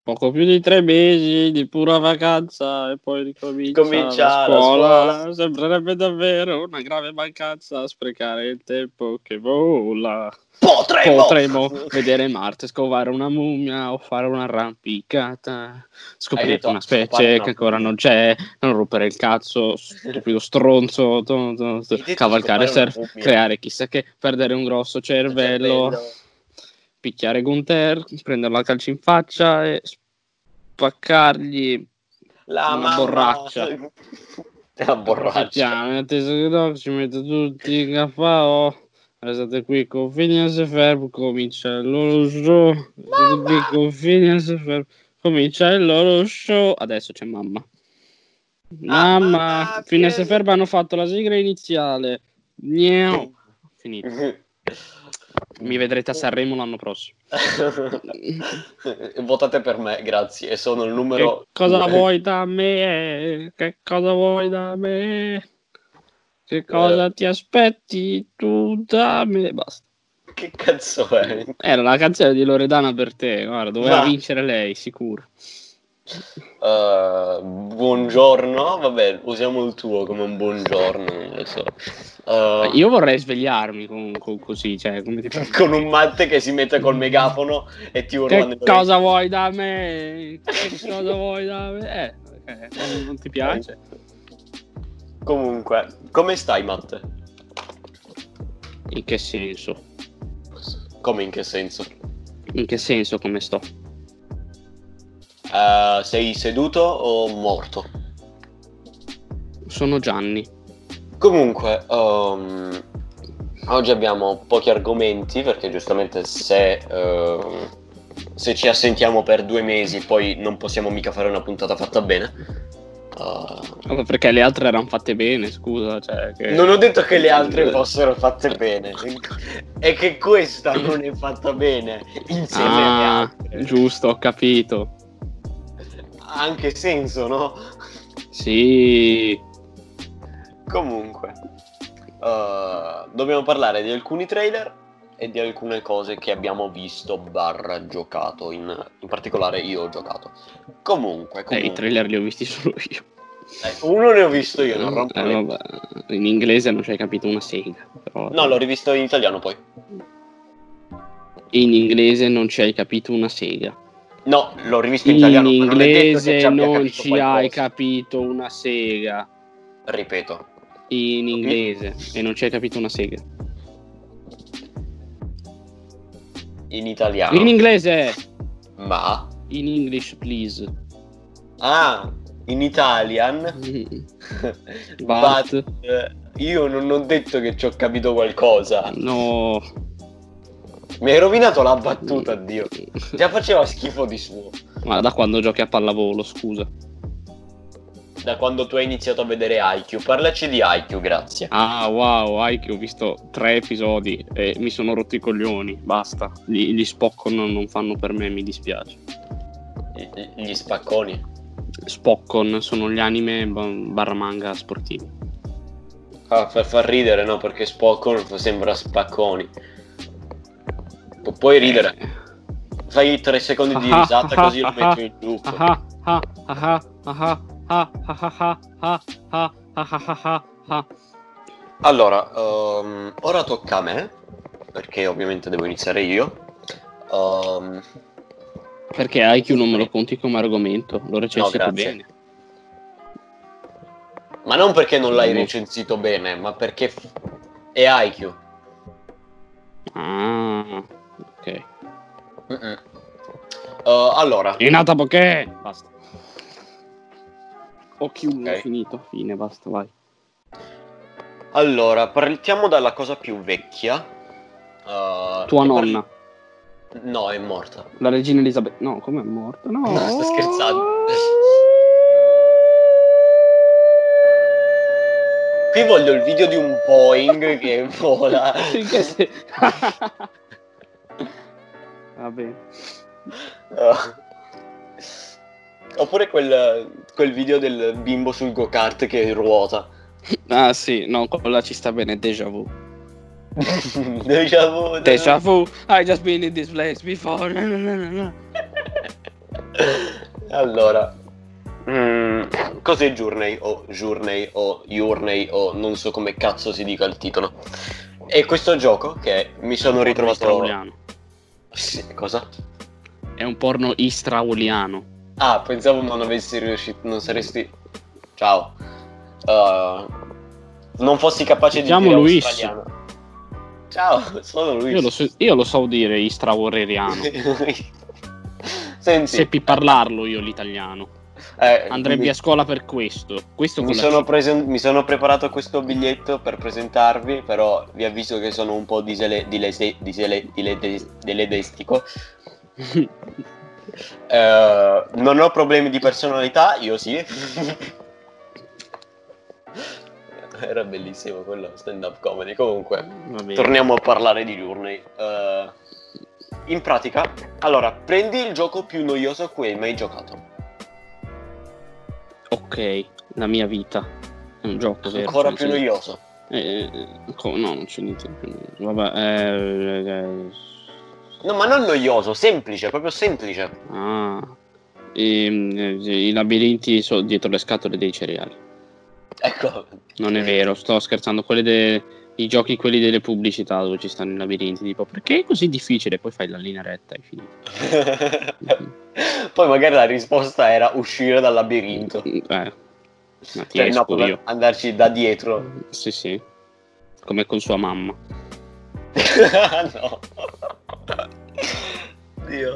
poco più di 3 mesi di pura vacanza e poi ricomincia la scuola. Sembrerebbe davvero una grave mancanza sprecare il tempo che vola. Potremmo vedere Marte, scovare una mummia o fare un'arrampicata, scoprire una specie che ancora non c'è, non rompere il cazzo, stupido stronzo, cavalcare surf, creare chissà che, perdere un grosso cervello, picchiare Gunther, prenderlo a calci in faccia e spaccargli una borraccia. La borraccia. In attesa che Doc ci mette tutti in KO. Restate qui con Phineas e Ferb, comincia il loro show. Restate qui con Phineas e Ferb, comincia il loro show. Adesso c'è mamma. Mamma, Phineas e Ferb hanno fatto la sigla iniziale. Finito. Mi vedrete a Sanremo l'anno prossimo. Votate per me, grazie. E sono il numero. Che cosa vuoi da me? Che cosa vuoi da me? Che cosa ti aspetti tu da me? Basta. Che cazzo è? Era la canzone di Loredana per te. Guarda, doveva vincere lei, sicuro. Buongiorno, vabbè, usiamo il tuo come un buongiorno, non lo so. Io vorrei svegliarmi con così, cioè come con un Matte che si mette col megafono e ti urla. Che cosa vuoi da me? Che cosa vuoi da me? Non ti piace? Comunque, come stai, Matte? In che senso? Come in che senso? In che senso come sto? Sei seduto o morto? Sono Gianni. Comunque, oggi abbiamo pochi argomenti perché giustamente se ci assentiamo per 2 mesi poi non possiamo mica fare una puntata fatta bene. Perché le altre erano fatte bene, scusa. Cioè, che... Non ho detto che le altre fossero fatte bene, è che questa non è fatta bene insieme alle altre. Giusto, ho capito. Ha anche senso, no? Sì. Comunque, dobbiamo parlare di alcuni trailer e di alcune cose che abbiamo visto / giocato, in particolare io ho giocato. Comunque. I trailer li ho visti solo io. Uno ne ho visto io, non rompo in inglese non ci hai capito una sega. Però... No, l'ho rivisto in italiano poi. In inglese non ci hai capito una sega. No, l'ho rivisto in italiano. In inglese non ci hai capito una sega. Ripeto. In inglese e non ci hai capito una sega. In italiano. In inglese. Ma in English, please. In Italian. But io non ho detto che ci ho capito qualcosa. No. Mi hai rovinato la battuta, Dio. Già faceva schifo di suo. Ma da quando giochi a pallavolo, scusa? Da quando tu hai iniziato a vedere IQ. Parlaci di IQ, grazie. Wow, IQ, ho visto 3 episodi e mi sono rotti i coglioni. Basta. Gli Spockon non fanno per me, mi dispiace. Gli spacconi? Spockon sono gli anime / manga sportivi. Per far ridere, no? Perché Spockon sembra spacconi. Puoi ridere. Fai 3 secondi di risata così lo metto in loop. Allora, ora tocca a me, perché ovviamente devo iniziare io. Perché IQ non me lo conti come argomento, lo recensito bene. Ma non perché non l'hai recensito bene, ma perché è IQ. Ok. Allora. Inata Poké! Basta. Ho chiuso, finito, fine, basta, vai. Allora, partiamo dalla cosa più vecchia. Tua nonna. No, è morta. La regina Elisabetta. No, come è morta? No, sto scherzando. Qui voglio il video di un Boeing che vola. Va bene. Oppure quel video del bimbo sul go-kart che ruota. Ah sì, no, quella ci sta bene, déjà vu. Déjà vu. Déjà vu. I just been in this place before. No. Allora, cos'è Journey o Journey o non so come cazzo si dica il titolo? È questo gioco che mi sono ritrovato... Istrauliano. Sì, cosa? È un porno istrauliano. Ah, pensavo non avessi riuscito, non saresti... Ciao. Non fossi capace di dire Luis. australiano. Ciao, sono Luis. Io lo so dire istraureriano. Senti, Seppi parlarlo io l'italiano. Andrei a scuola per questo. Mi sono preparato questo biglietto per presentarvi, però vi avviso che sono un po' diledestico. Non ho problemi di personalità, io sì. Era bellissimo quello stand-up comedy. Comunque, torniamo a parlare di Journey. In pratica, allora, prendi il gioco più noioso a cui hai mai giocato. Ok, la mia vita è un gioco vero. Ancora più noioso. No, non c'è niente più noioso. Vabbè, no, ma non noioso, semplice, proprio semplice. I labirinti dietro le scatole dei cereali. Ecco. Non è vero, sto scherzando. I giochi, quelli delle pubblicità dove ci stanno i labirinti, tipo perché è così difficile? Poi fai la linea retta e finito. Poi magari la risposta era uscire dal labirinto. Ma ti esco io. Andarci da dietro. Sì. Come con sua mamma. No. Dio.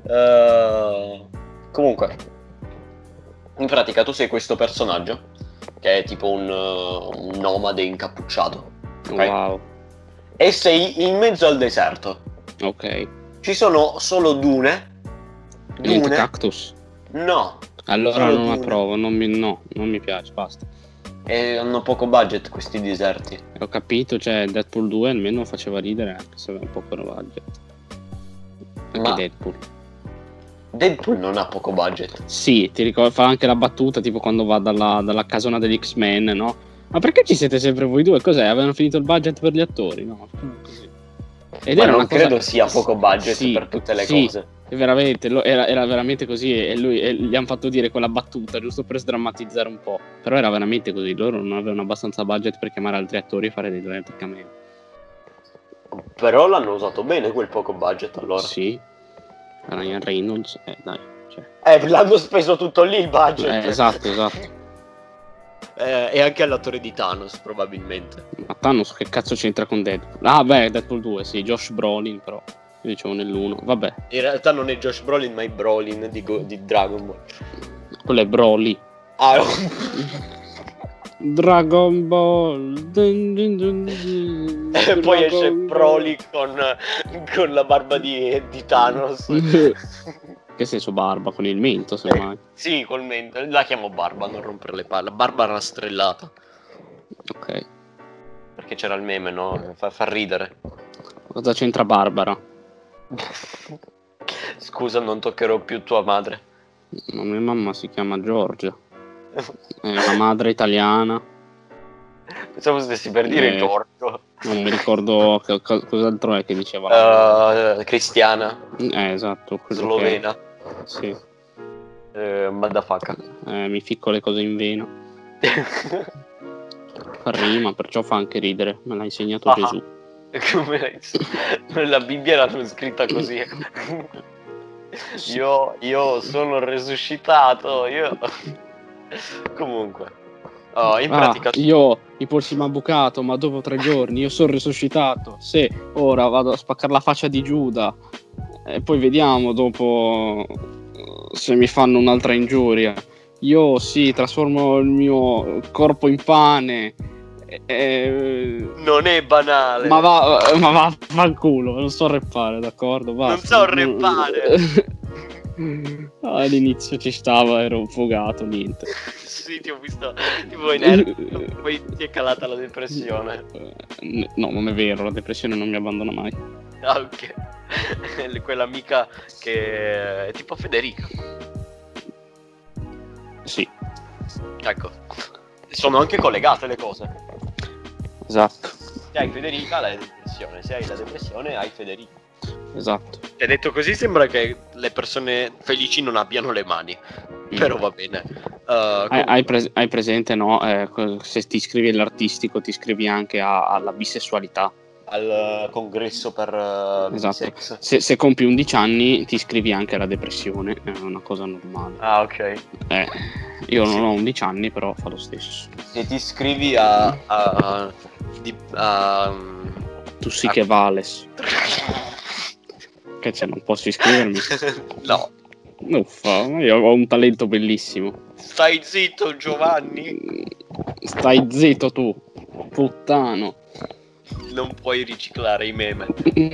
Comunque, in pratica tu sei questo personaggio che è tipo un nomade incappucciato. Okay? Wow. E sei in mezzo al deserto. Ok. Ci sono solo dune. Niente cactus. No. Allora non approvo, non mi piace, basta. E hanno poco budget questi deserti. Ho capito, cioè Deadpool 2 almeno faceva ridere anche se aveva poco budget. Anche Deadpool non ha poco budget. Sì, ti ricordo, fa anche la battuta tipo quando va dalla casona degli X-Men, no? Ma perché ci siete sempre voi due? Cos'è? Avevano finito il budget per gli attori? No, così. Ed ma era non credo sia poco budget per tutte le cose. Veramente, era veramente così e gli hanno fatto dire quella battuta giusto per sdrammatizzare un po'. Però era veramente così, loro non avevano abbastanza budget per chiamare altri attori e fare dei cameo. Però l'hanno usato bene quel poco budget allora. Sì. Ryan Reynolds, dai. L'hanno speso tutto lì il budget. Esatto. E anche all'attore di Thanos probabilmente. Ma Thanos che cazzo c'entra con Deadpool? Deadpool 2, sì, Josh Brolin però. Io dicevo nell'1, vabbè. In realtà non è Josh Brolin ma è Brolin di Dragon Ball. Quello è Broly. Dragon Ball. E poi esce Broly con la barba di Thanos. Che senso barba? Con il mento semmai. Sì, col mento. La chiamo barba, non rompere le palle. Barba rastrellata. Ok. Perché c'era il meme, no? Fa ridere. Cosa c'entra Barbara? Scusa, non toccherò più tua madre. Ma mia mamma si chiama Giorgia. È una madre italiana. Pensavo stessi per dire Giorgio. Non mi ricordo cos'altro è che diceva. Cristiana. Esatto. Slovena. Sì. Motherfucker. Mi ficco le cose in vena. Fa rima, perciò fa anche ridere. Me l'ha insegnato Gesù. Come la Bibbia l'hanno scritta così. Sì. Io sono resuscitato. Comunque. In pratica io i polsi mi ha bucato, ma dopo 3 giorni io sono resuscitato. Se ora vado a spaccare la faccia di Giuda e poi vediamo dopo se mi fanno un'altra ingiuria. Io trasformo il mio corpo in pane. Non è banale. Ma vaffanculo, non so rappare, d'accordo? Basta. Non so rappare. All'inizio ci stava, ero fogato, niente. Sì, ti ho visto tipo in poi ti è calata la depressione. No, non è vero, la depressione non mi abbandona mai. Ah, ok. Quell'amica che è tipo Federica. Sì. Ecco. Sono anche collegate le cose. Esatto. Se hai Federica hai la depressione, se hai la depressione hai Federica. Esatto. Cioè, detto così sembra che le persone felici non abbiano le mani. Però va bene. Hai presente, no? Se ti iscrivi all'artistico ti iscrivi anche alla bisessualità. Al congresso per esatto. Se compi 11 anni ti iscrivi anche alla depressione, è una cosa normale. Ah, ok. Io non ho 11 anni, però fa lo stesso. Se ti iscrivi tu sì che vales. Che c'è, non posso iscrivermi? No. Uffa, io ho un talento bellissimo. Stai zitto, Giovanni. Stai zitto tu, puttano. Non puoi riciclare i meme.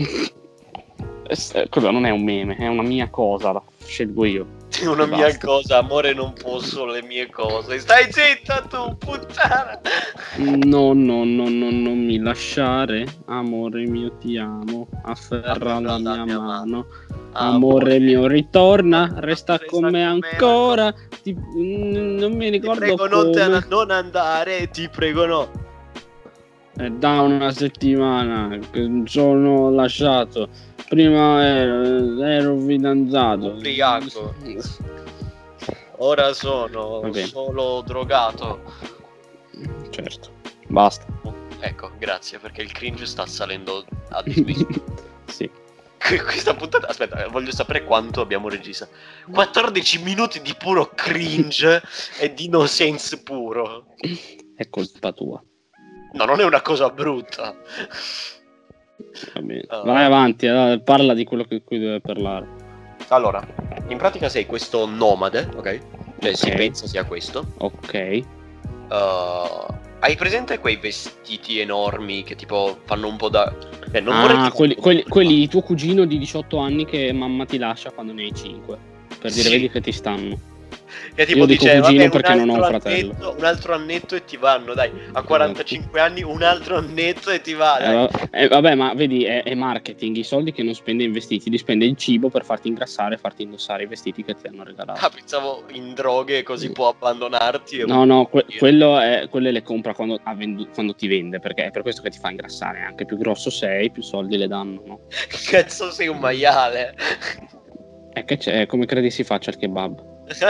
Quello non è un meme, è una mia cosa, la scelgo io. È una mia cosa, amore, non posso le mie cose. Stai zitta tu, puttana. No, non mi lasciare. Amore mio, ti amo. Afferra la mia mano. Amore mio, ritorna, resta con me ancora. Non mi ricordo. Ti prego, come. non andare, ti prego, no. È da una settimana che sono lasciato. Prima ero fidanzato. Ubriaco. Ora sono solo drogato. Certo. Basta. Ecco, grazie, perché il cringe sta salendo a dismisura. Sì. Questa puntata, aspetta, voglio sapere quanto abbiamo registrato. 14 minuti di puro cringe e di no sense puro. È colpa tua. No, non è una cosa brutta. Va bene. Vai avanti, parla di quello di cui deve parlare. Allora, in pratica sei questo nomade, ok? Cioè si pensa sia questo. Ok. Hai presente quei vestiti enormi che tipo fanno un po' da... quelli di tuo cugino di 18 anni che mamma ti lascia quando ne hai 5. Per dire, vedi che ti stanno. Che tipo io dico dice, cugino vabbè, perché non ho un fratello. Un altro annetto e ti vanno, dai. A 45 anni un altro annetto e ti va, dai. Vabbè, ma vedi, è marketing. I soldi che non spende in vestiti li spende in cibo per farti ingrassare e farti indossare i vestiti che ti hanno regalato. Ah, pensavo in droghe così può abbandonarti. No, quelle le compra quando ti vende, perché è per questo che ti fa ingrassare. Anche più grosso sei, più soldi le danno, no? Cazzo, sei un maiale. Che c'è? Come credi si faccia il kebab?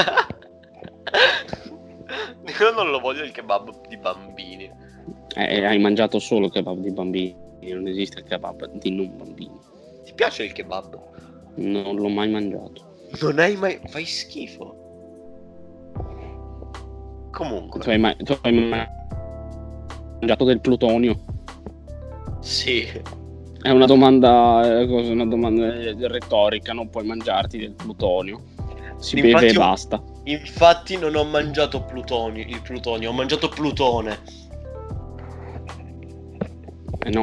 Io non lo voglio il kebab di bambini. Hai mangiato solo il kebab di bambini, non esiste il kebab di non bambini. Ti piace il kebab? Non l'ho mai mangiato. Non hai mai... Fai schifo. Comunque. Tu hai mai mangiato del plutonio? Sì. È una domanda retorica, non puoi mangiarti del plutonio. Si beve e basta. Infatti non ho mangiato il plutonio, ho mangiato Plutone. No.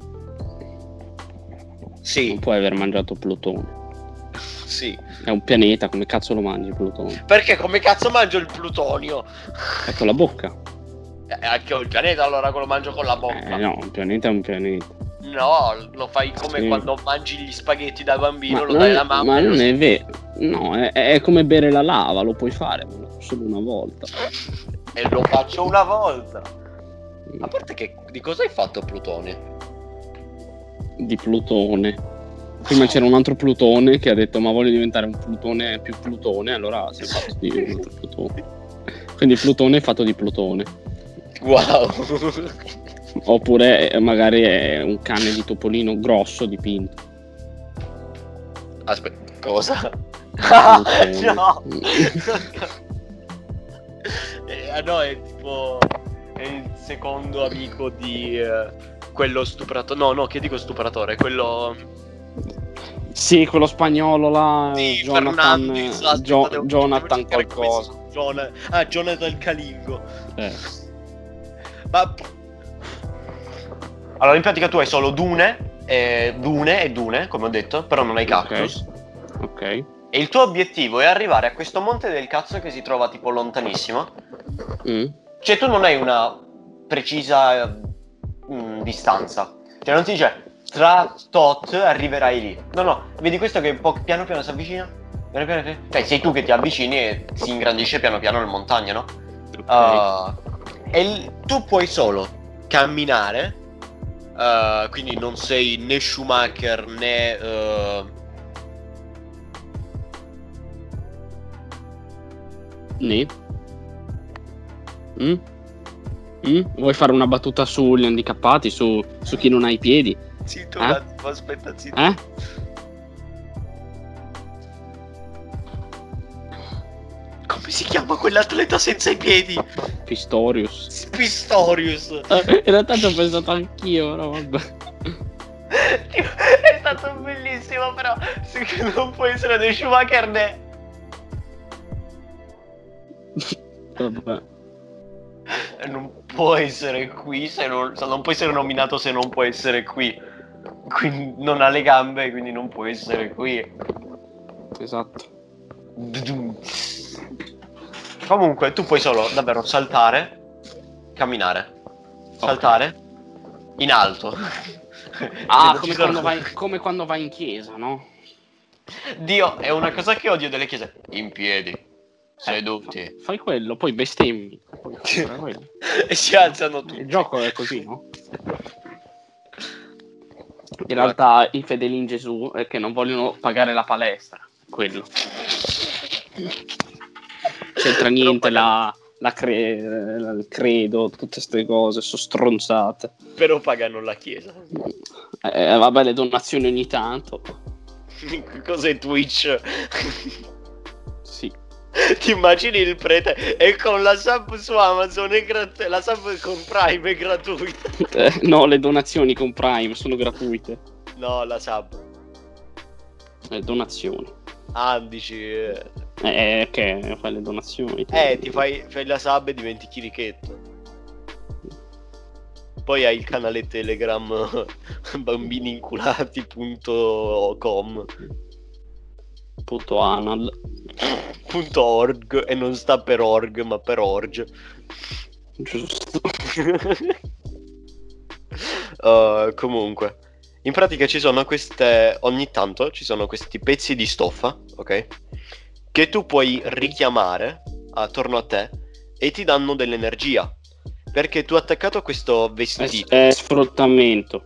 Sì. Non puoi aver mangiato Plutone. Sì. È un pianeta, come cazzo lo mangi Plutone? Perché come cazzo mangio il plutonio? È con la bocca. Anche un pianeta allora lo mangio con la bocca. No, un pianeta è un pianeta. No, lo fai come quando mangi gli spaghetti da bambino, lo dai alla mamma. Ma non è vero. No, è come bere la lava, lo puoi fare, ma solo una volta. E lo faccio una volta. A parte che di cosa hai fatto Plutone? Di Plutone. Prima c'era un altro Plutone che ha detto ma voglio diventare un Plutone più Plutone, allora si è fatto di un altro Plutone. Quindi Plutone è fatto di Plutone. Wow. Oppure magari è un cane di topolino grosso dipinto. Aspetta, cosa? No. No, è tipo è il secondo amico di quello stupratore. No, che dico stupratore? Quello... Sì, quello spagnolo là. Sì, Jonathan qualcosa. Jonathan Calingo. Ma... Allora, in pratica tu hai solo dune, come ho detto, però non hai cactus. Ok. E il tuo obiettivo è arrivare a questo monte del cazzo che si trova tipo lontanissimo. Cioè tu non hai una precisa distanza. Cioè non ti dice tra tot arriverai lì. No, vedi questo che un po' piano piano si avvicina? Piano. Cioè sei tu che ti avvicini e si ingrandisce piano piano la montagna, no? Okay. E tu puoi solo camminare quindi non sei né Schumacher né Vuoi fare una battuta sugli handicappati, su chi non ha i piedi? Zitto, un attimo, aspetta, zitto. Come si chiama quell'atleta senza i piedi? Pistorius. In realtà ci ho pensato anch'io, però vabbè. È stato bellissimo, però non può essere né Schumacher né... Vabbè. Non può essere qui se non può essere nominato se non può essere qui. Quindi non ha le gambe, quindi non può essere qui. Esatto. Comunque tu puoi solo davvero saltare, camminare, saltare in alto. Come quando vai in chiesa, no? Dio, è una cosa che odio delle chiese. In piedi, seduti. Fai quello, poi bestemmi. E si alzano tutti. Il gioco è così, no? In realtà i fedeli in Gesù è che non vogliono pagare la palestra. Quello. C'entra niente il credo, tutte queste cose, sono stronzate. Però pagano la chiesa. Vabbè, le donazioni ogni tanto. Cos'è Twitch? Sì. Ti immagini il prete e con la sub su Amazon la sub con Prime è gratuita? No, le donazioni con Prime sono gratuite. No, la sub. Le donazioni. Ah, dici... che fai le donazioni. Ti fai la sub e diventi chirichetto. Poi hai il canale Telegram bambiniinculati.com .anal .org, e non sta per org ma per org. Giusto. Comunque, in pratica ci sono ogni tanto ci sono questi pezzi di stoffa, ok? Che tu puoi richiamare attorno a te e ti danno dell'energia. Perché tu attaccato a questo vestito... È sfruttamento.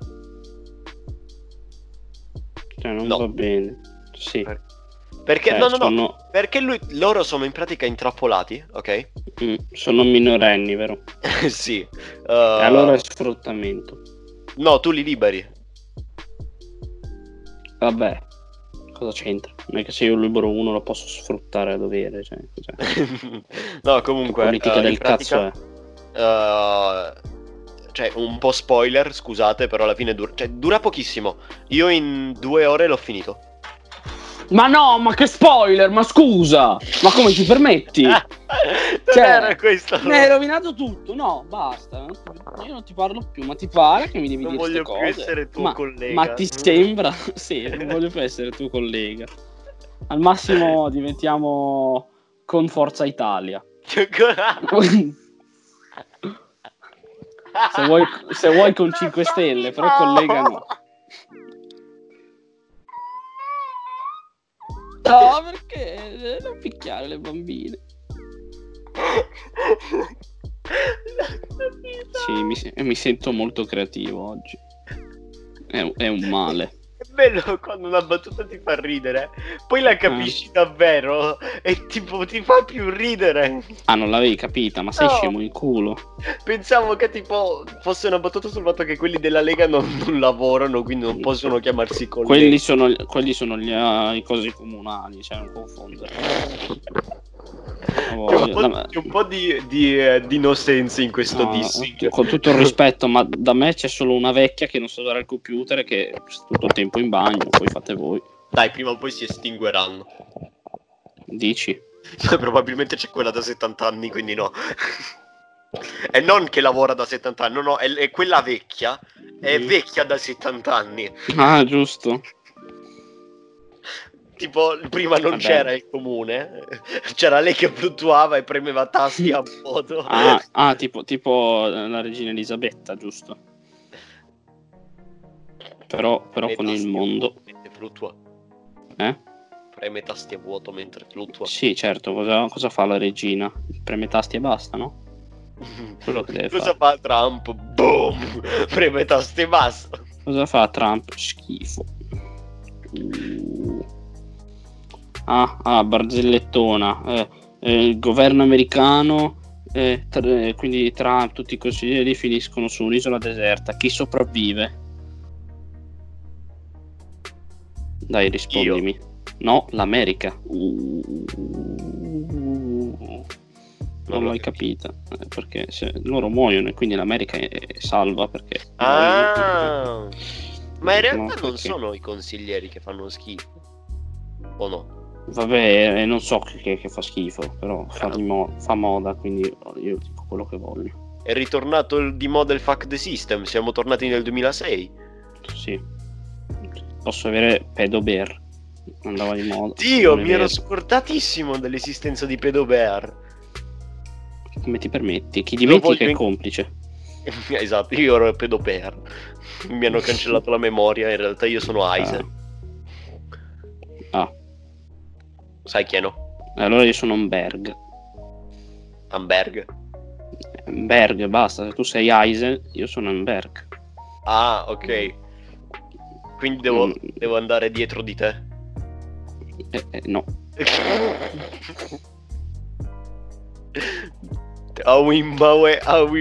Cioè non va bene. Sì. Perché no. Perché loro sono in pratica intrappolati, ok? Sono minorenni, vero? Sì. E allora è sfruttamento. No, tu li liberi. Vabbè, cosa c'entra? Non è che se io libero uno lo posso sfruttare a dovere, cioè, no, comunque che politica del pratica, cazzo è? Cioè, un po' spoiler, scusate, però alla fine dura pochissimo. Io in 2 ore l'ho finito. Ma no, ma che spoiler, ma scusa! Ma come ti permetti? Era questo. Mi hai rovinato tutto, no, basta. Io non ti parlo più, ma ti pare che mi devi dire queste cose? Non voglio più essere tuo collega. Ma ti sembra? Sì, non voglio più essere tuo collega. Al massimo diventiamo con Forza Italia. Se vuoi con 5 Stelle, però collega no. No, perché non picchiare le bambine. Sì, mi sento molto creativo oggi. È un male. È bello quando una battuta ti fa ridere, poi la capisci davvero e tipo ti fa più ridere. Ah, non l'avevi capita, ma sei scemo in culo. Pensavo che tipo fosse una battuta sul fatto che quelli della Lega non lavorano, quindi non possono chiamarsi colleghi. Quelli sono i cosi comunali, cioè non confondere. C'è un po' di innocenza in questo dissing. Con tutto il rispetto, ma da me c'è solo una vecchia che non sa usare il computer e che sta tutto il tempo in bagno, poi fate voi. Dai, prima o poi si estingueranno. Dici? Probabilmente c'è quella da 70 anni, quindi no. E non che lavora da 70 anni, no, è quella vecchia, è vecchia da 70 anni. Ah, giusto. Tipo, prima non c'era il comune, c'era lei che fluttuava e premeva tasti a modo. Tipo la regina Elisabetta, giusto? Però con il mondo. Mentre fluttua. Preme tasti a vuoto mentre fluttua. Sì, certo, cosa fa la regina? Preme tasti e basta, no? Quello che deve cosa fa Trump? Boom! Preme tasto basso. Cosa fa Trump? Schifo. Barzellettona. Il governo americano, quindi Trump, tutti i consiglieri finiscono su un'isola deserta. Chi sopravvive? Dai, rispondimi. Io. No, l'America. Non l'hai capita, perché se loro muoiono e quindi l'America è salva perché... Ma in realtà no, non perché... sono i consiglieri che fanno schifo, o no? Vabbè, non so che fa schifo, però fa moda, quindi io dico quello che voglio. È ritornato di moda il fuck the system, siamo tornati nel 2006. Sì. Posso avere Pedo Bear. Andava di moda. Dio, mi ero scordatissimo dell'esistenza di Pedo Bear. Come ti permetti? Chi dimentica è complice. Esatto, io ero Pedo Bear. Mi hanno cancellato la memoria, in realtà io sono Aizen. Sai chi è, no? Allora io sono un Berg. Berg, basta. Se tu sei Aizen, io sono un Berg. Ah, ok. Quindi devo andare dietro di te? No. Awimbawe.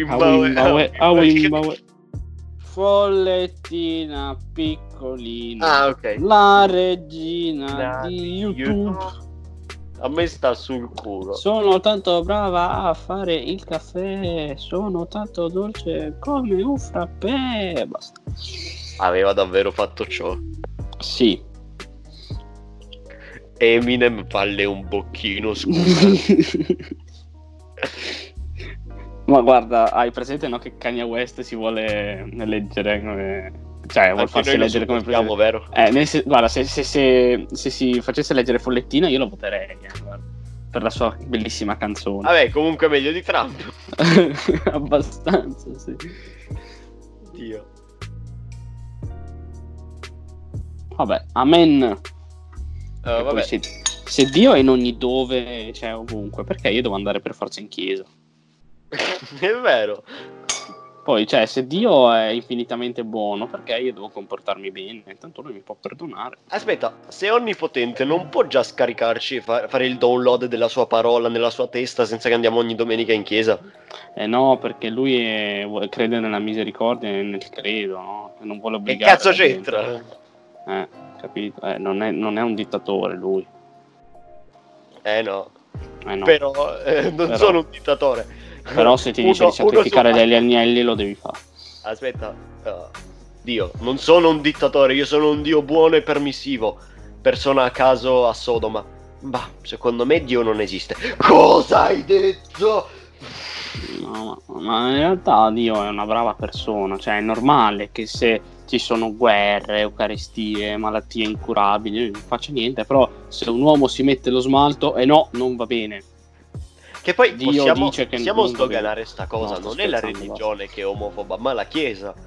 Follettina piccolina. Ah, ok. La regina di YouTube. A me sta sul culo. Sono tanto brava a fare il caffè. Sono tanto dolce come un frappè. Basta. Aveva davvero fatto ciò? Sì. Eminem falle un bocchino, scusa. Ma guarda, hai presente, no, che Kanye West si vuole leggere come... Cioè, vuole farsi leggere come presidente, vero? Guarda, se si facesse leggere Follettina io lo voterei, guarda, per la sua bellissima canzone. Vabbè, comunque meglio di Trump. Abbastanza, sì. Dio. Vabbè, amen. Vabbè. Se Dio è in ogni dove, cioè ovunque, perché io devo andare per forza in chiesa? È vero. Poi, cioè, se Dio è infinitamente buono, perché io devo comportarmi bene? Tanto lui mi può perdonare. Aspetta, se è onnipotente non può già scaricarci e fare il download della sua parola nella sua testa senza che andiamo ogni domenica in chiesa? No, perché lui crede nella misericordia e nel credo, no? E non vuole Che obbligare. cazzo c'entra? Capito? Non è un dittatore lui. No. No. Però non sono un dittatore. Però se ti dice di sacrificare degli agnelli lo devi fare. Aspetta, Dio, non sono un dittatore, io sono un Dio buono e permissivo. Persona a caso a Sodoma. Bah, secondo me Dio non esiste. Cosa hai detto? No, ma in realtà Dio è una brava persona. Cioè è normale che se ci sono guerre, eucaristie, malattie incurabili, non faccia niente. Però se un uomo si mette lo smalto, no, non va bene. Che poi Dio dice che possiamo sdoganare sta cosa, no, non è la religione che è omofoba, ma la Chiesa.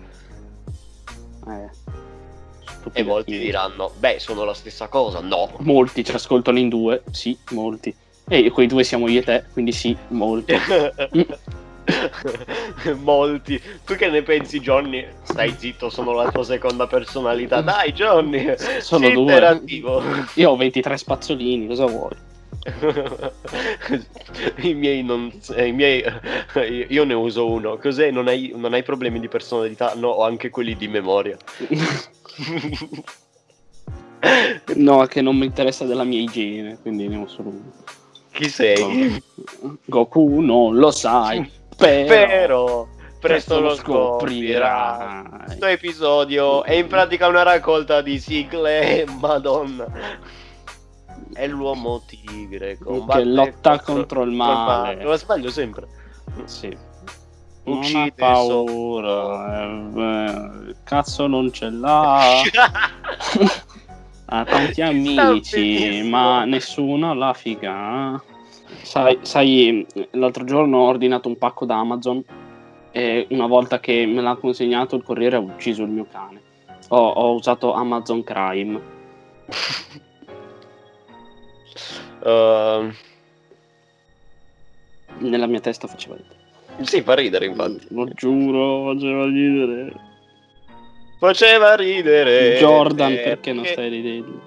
E molti diranno, beh, sono la stessa cosa. No. Molti ci ascoltano in due, sì, molti. E quei due siamo io e te, quindi sì, molti. Molti. Tu che ne pensi, Johnny? Stai zitto, sono la tua seconda personalità. Dai, Johnny, sono due. Interattivo. Io ho 23 spazzolini, cosa vuoi? I miei io ne uso uno. Cos'è? Non hai problemi di personalità? No, ho anche quelli di memoria. No, che non mi interessa della mia igiene, quindi ne ho solo uno. Chi sei? Goku non lo sai, però presto lo scoprirai. Questo episodio è in pratica una raccolta di sigle. Madonna. È l'uomo tigre che lotta contro il male. Lo sbaglio sempre. Sì. Uccide non ha paura. Cazzo non ce l'ha. Ha tanti amici, ma nessuno la figa. Sai, l'altro giorno ho ordinato un pacco da Amazon e una volta che me l'ha consegnato il corriere ha ucciso il mio cane. Ho usato Amazon Crime. Nella mia testa faceva ridere. Sì, fa ridere, infatti. Lo giuro, faceva ridere. Faceva ridere. Jordan, perché non stai ridendo?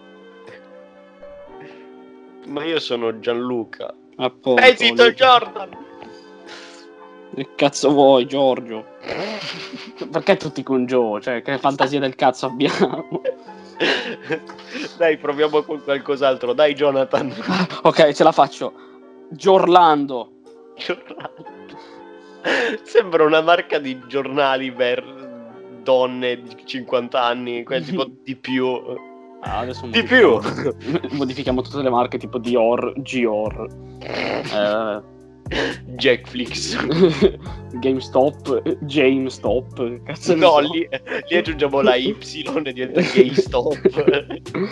Ma io sono Gianluca. Appunto, zitto, Jordan! Che cazzo vuoi, Giorgio? Perché tutti con Joe? Cioè, che fantasia del cazzo abbiamo? Dai, proviamo con qualcos'altro. Dai, Jonathan. Ok, ce la faccio. Giorlando. Sembra una marca di giornali per donne di 50 anni, tipo di più. Adesso di più. Modifichiamo tutte le marche tipo Dior, Gior, Jackflix, GameStop, JameStop. Cazzo no, lì aggiungiamo la Y e diventa GameStop.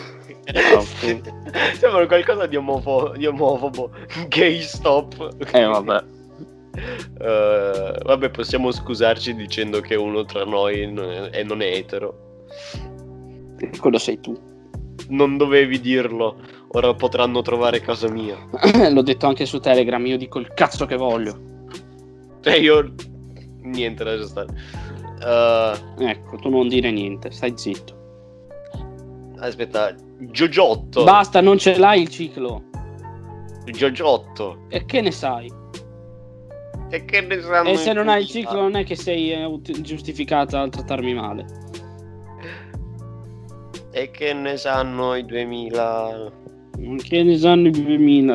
Sembra qualcosa di omofobo. GameStop. Vabbè. Vabbè, possiamo scusarci dicendo che uno tra noi non è etero. Quello sei tu. Non dovevi dirlo. Ora potranno trovare casa mia. L'ho detto anche su Telegram. Io dico il cazzo che voglio. Io niente, lascia stare. Ecco, tu non dire niente. Stai zitto. Aspetta, Giogiotto. Basta, non ce l'hai il ciclo. Giogiotto. E che ne sai? E che ne sanno? E se non hai il ciclo non è che sei giustificata a trattarmi male. E che ne sanno i 2000? Che ne sanno i 2000?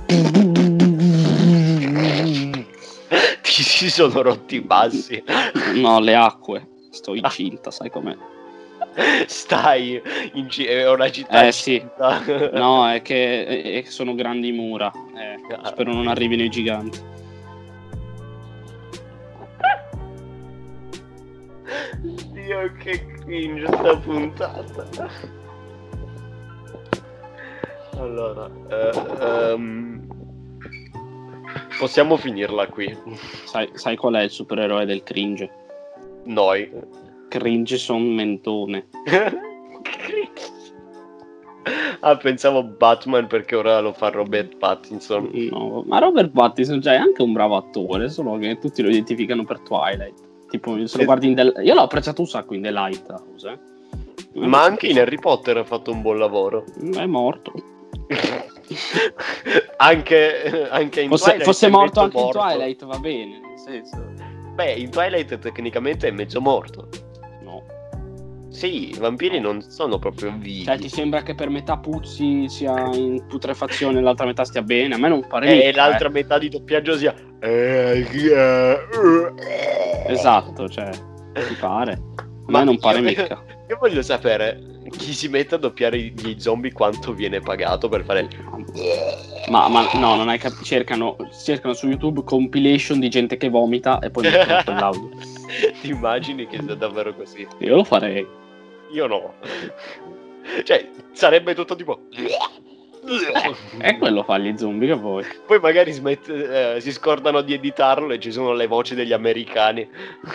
Ti si sono rotti i bassi. No, le acque. Sto incinta, sai com'è. Stai è una città sì. No, è che sono grandi mura. Spero non arrivino i giganti. Dio, che cringe sta puntata. Allora, possiamo finirla qui. Sai qual è il supereroe del cringe? Noi. Cringe son mentone. Pensavo Batman perché ora lo fa Robert Pattinson. No, ma Robert Pattinson è anche un bravo attore, solo che tutti lo identificano per Twilight. Tipo, se lo guardi io l'ho apprezzato un sacco in The Lighthouse. Ma anche in Harry Potter ha fatto un buon lavoro. È morto. anche in Twilight. Fosse morto anche in Twilight, va bene. Nel senso. Beh, in Twilight tecnicamente è mezzo morto. No. Sì, i vampiri non sono proprio vivi. Cioè, ti sembra che per metà Puzzi sia in putrefazione e l'altra metà stia bene? A me non pare. E l'altra metà di doppiaggio sia. Esatto, cioè, ti pare. A me non pare mica. Io voglio sapere chi si mette a doppiare gli zombie quanto viene pagato per fare. Ma no, non hai capito. Cercano su YouTube compilation di gente che vomita e poi mettono quell'audio. Ti immagini che sia davvero così? Io lo farei. Io no. Cioè, sarebbe tutto tipo. E quello fa gli zombie, che vuoi? Poi magari si scordano di editarlo e ci sono le voci degli americani.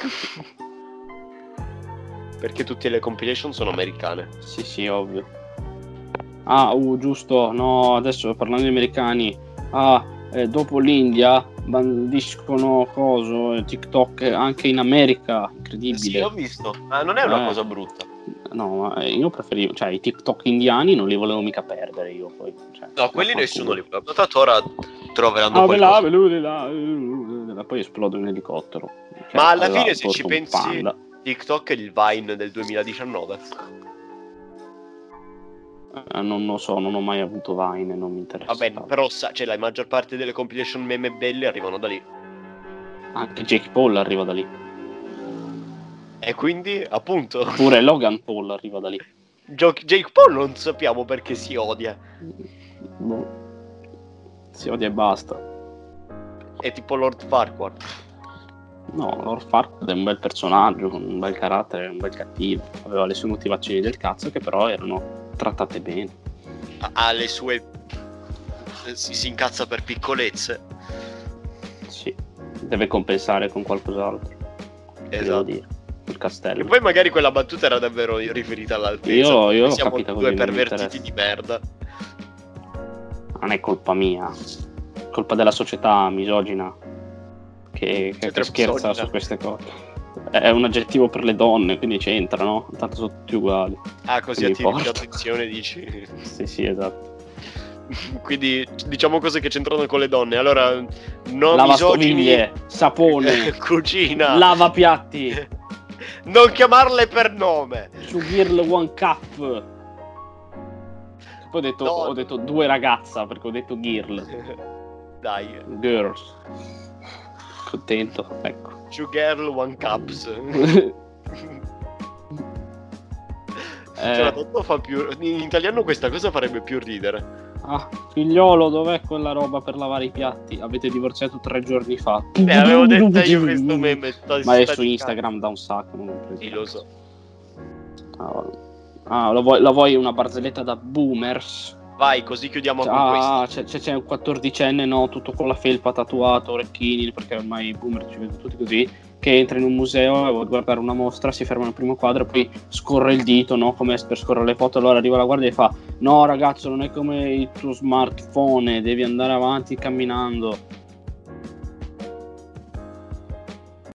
Perché tutte le compilation sono americane. Sì, ovvio. Giusto. No, adesso parlando di americani. Dopo l'India bandiscono TikTok anche in America. Incredibile. Sì, ho visto. Non è una cosa brutta. No, ma io preferivo, cioè i TikTok indiani non li volevo mica perdere io poi. Cioè, no, quelli nessuno li voleva. Tanto ora troveranno qualcosa. Poi esplode un elicottero. Ma alla fine se ci pensi, TikTok è il Vine del 2019. Non lo so, non ho mai avuto Vine, non mi interessa. Vabbè, però la maggior parte delle compilation meme belle arrivano da lì. Anche Jake Paul arriva da lì. E quindi, appunto. Pure Logan Paul arriva da lì. Jake Paul non sappiamo perché si odia. Si odia e basta. È tipo Lord Farquaad. No, Lord Farquaad è un bel personaggio, con un bel carattere, un bel cattivo. Aveva le sue motivazioni del cazzo che però erano trattate bene. Ha le sue. Si incazza per piccolezze. Sì, deve compensare con qualcos'altro. Esatto. Devo dire. Il castello. E poi magari quella battuta era davvero riferita all'altezza. Io siamo capita due pervertiti di merda. Non è colpa mia, colpa della società misogina. che scherza su queste cose. È un aggettivo per le donne, quindi c'entra, no? Tanto sono tutti uguali. Ah, così attiri l'attenzione, dici? Sì, esatto. Quindi diciamo cose che c'entrano con le donne. Allora, no, lavastoviglie, sapone, cucina, lavapiatti. Non chiamarle per nome. Su Girl One Cup. Poi ho detto due ragazza perché ho detto girl. Dai. Girls. Contento, ecco. Two girl, one cups. Fa più... In italiano questa cosa farebbe più ridere. Ah, figliolo, dov'è quella roba per lavare i piatti? Avete divorziato 3 giorni fa. Avevo detto io questo meme. Ma è su Instagram da un sacco, non l'ho preso. Sì, lo so. La vuoi una barzelletta da boomers? Vai, così chiudiamo con questo. C'è un 14enne, no, tutto con la felpa tatuato, orecchini, perché ormai i boomer ci vedono tutti così, che entra in un museo e vuole guardare una mostra, si ferma nel primo quadro e poi scorre il dito, no, come per scorrere le foto. Allora arriva la guardia e fa: no ragazzo, non è come il tuo smartphone, devi andare avanti camminando.